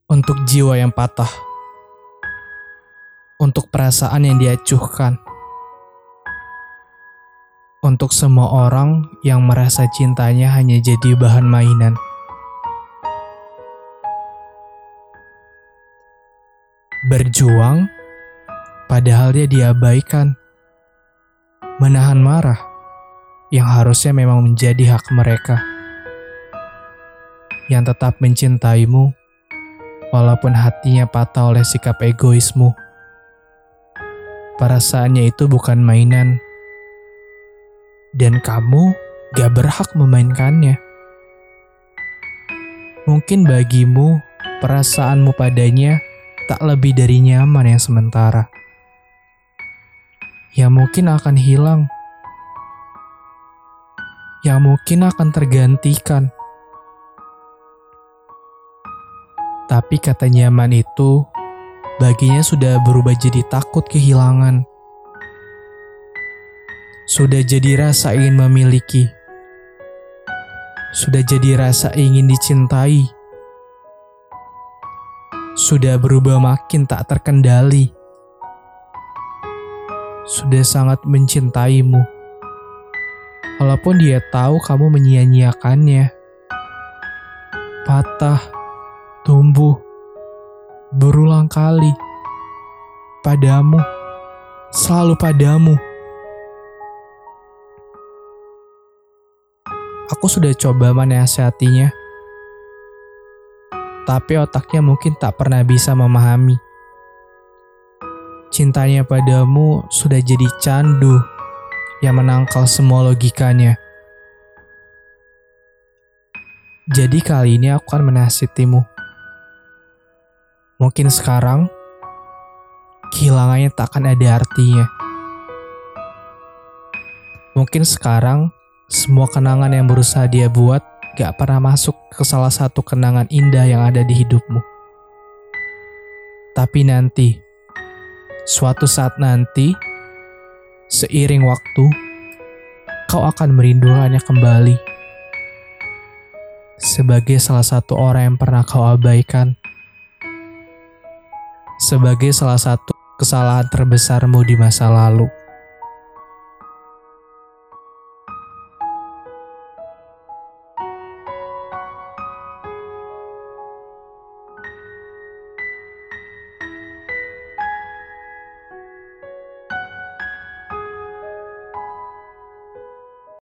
Untuk jiwa yang patah, untuk perasaan yang diacuhkan, untuk semua orang yang merasa cintanya hanya jadi bahan mainan. Berjuang, padahal dia diabaikan. Menahan marah, yang harusnya memang menjadi hak mereka. Yang tetap mencintaimu, walaupun hatinya patah oleh sikap egoismu. Perasaannya itu bukan mainan, dan kamu gak berhak memainkannya. Mungkin bagimu, perasaanmu padanya tak lebih dari nyaman yang sementara, yang mungkin akan hilang, yang mungkin akan tergantikan. Tapi kata nyaman itu, baginya sudah berubah jadi takut kehilangan. Sudah jadi rasa ingin memiliki. Sudah jadi rasa ingin dicintai. Sudah berubah makin tak terkendali. Sudah sangat mencintaimu. Walaupun dia tahu kamu menyia-nyiakannya. Patah. Tumbuh berulang kali padamu, selalu padamu. Aku sudah coba menasihatinya, tapi otaknya mungkin tak pernah bisa memahami. Cintanya padamu sudah jadi candu yang menangkal semua logikanya. Jadi kali ini aku akan menasihatimu. Mungkin sekarang, kehilangannya tak akan ada artinya. Mungkin sekarang, semua kenangan yang berusaha dia buat gak pernah masuk ke salah satu kenangan indah yang ada di hidupmu. Tapi nanti, suatu saat nanti, seiring waktu, kau akan merindukannya kembali. Sebagai salah satu orang yang pernah kau abaikan. Sebagai salah satu kesalahan terbesarmu di masa lalu.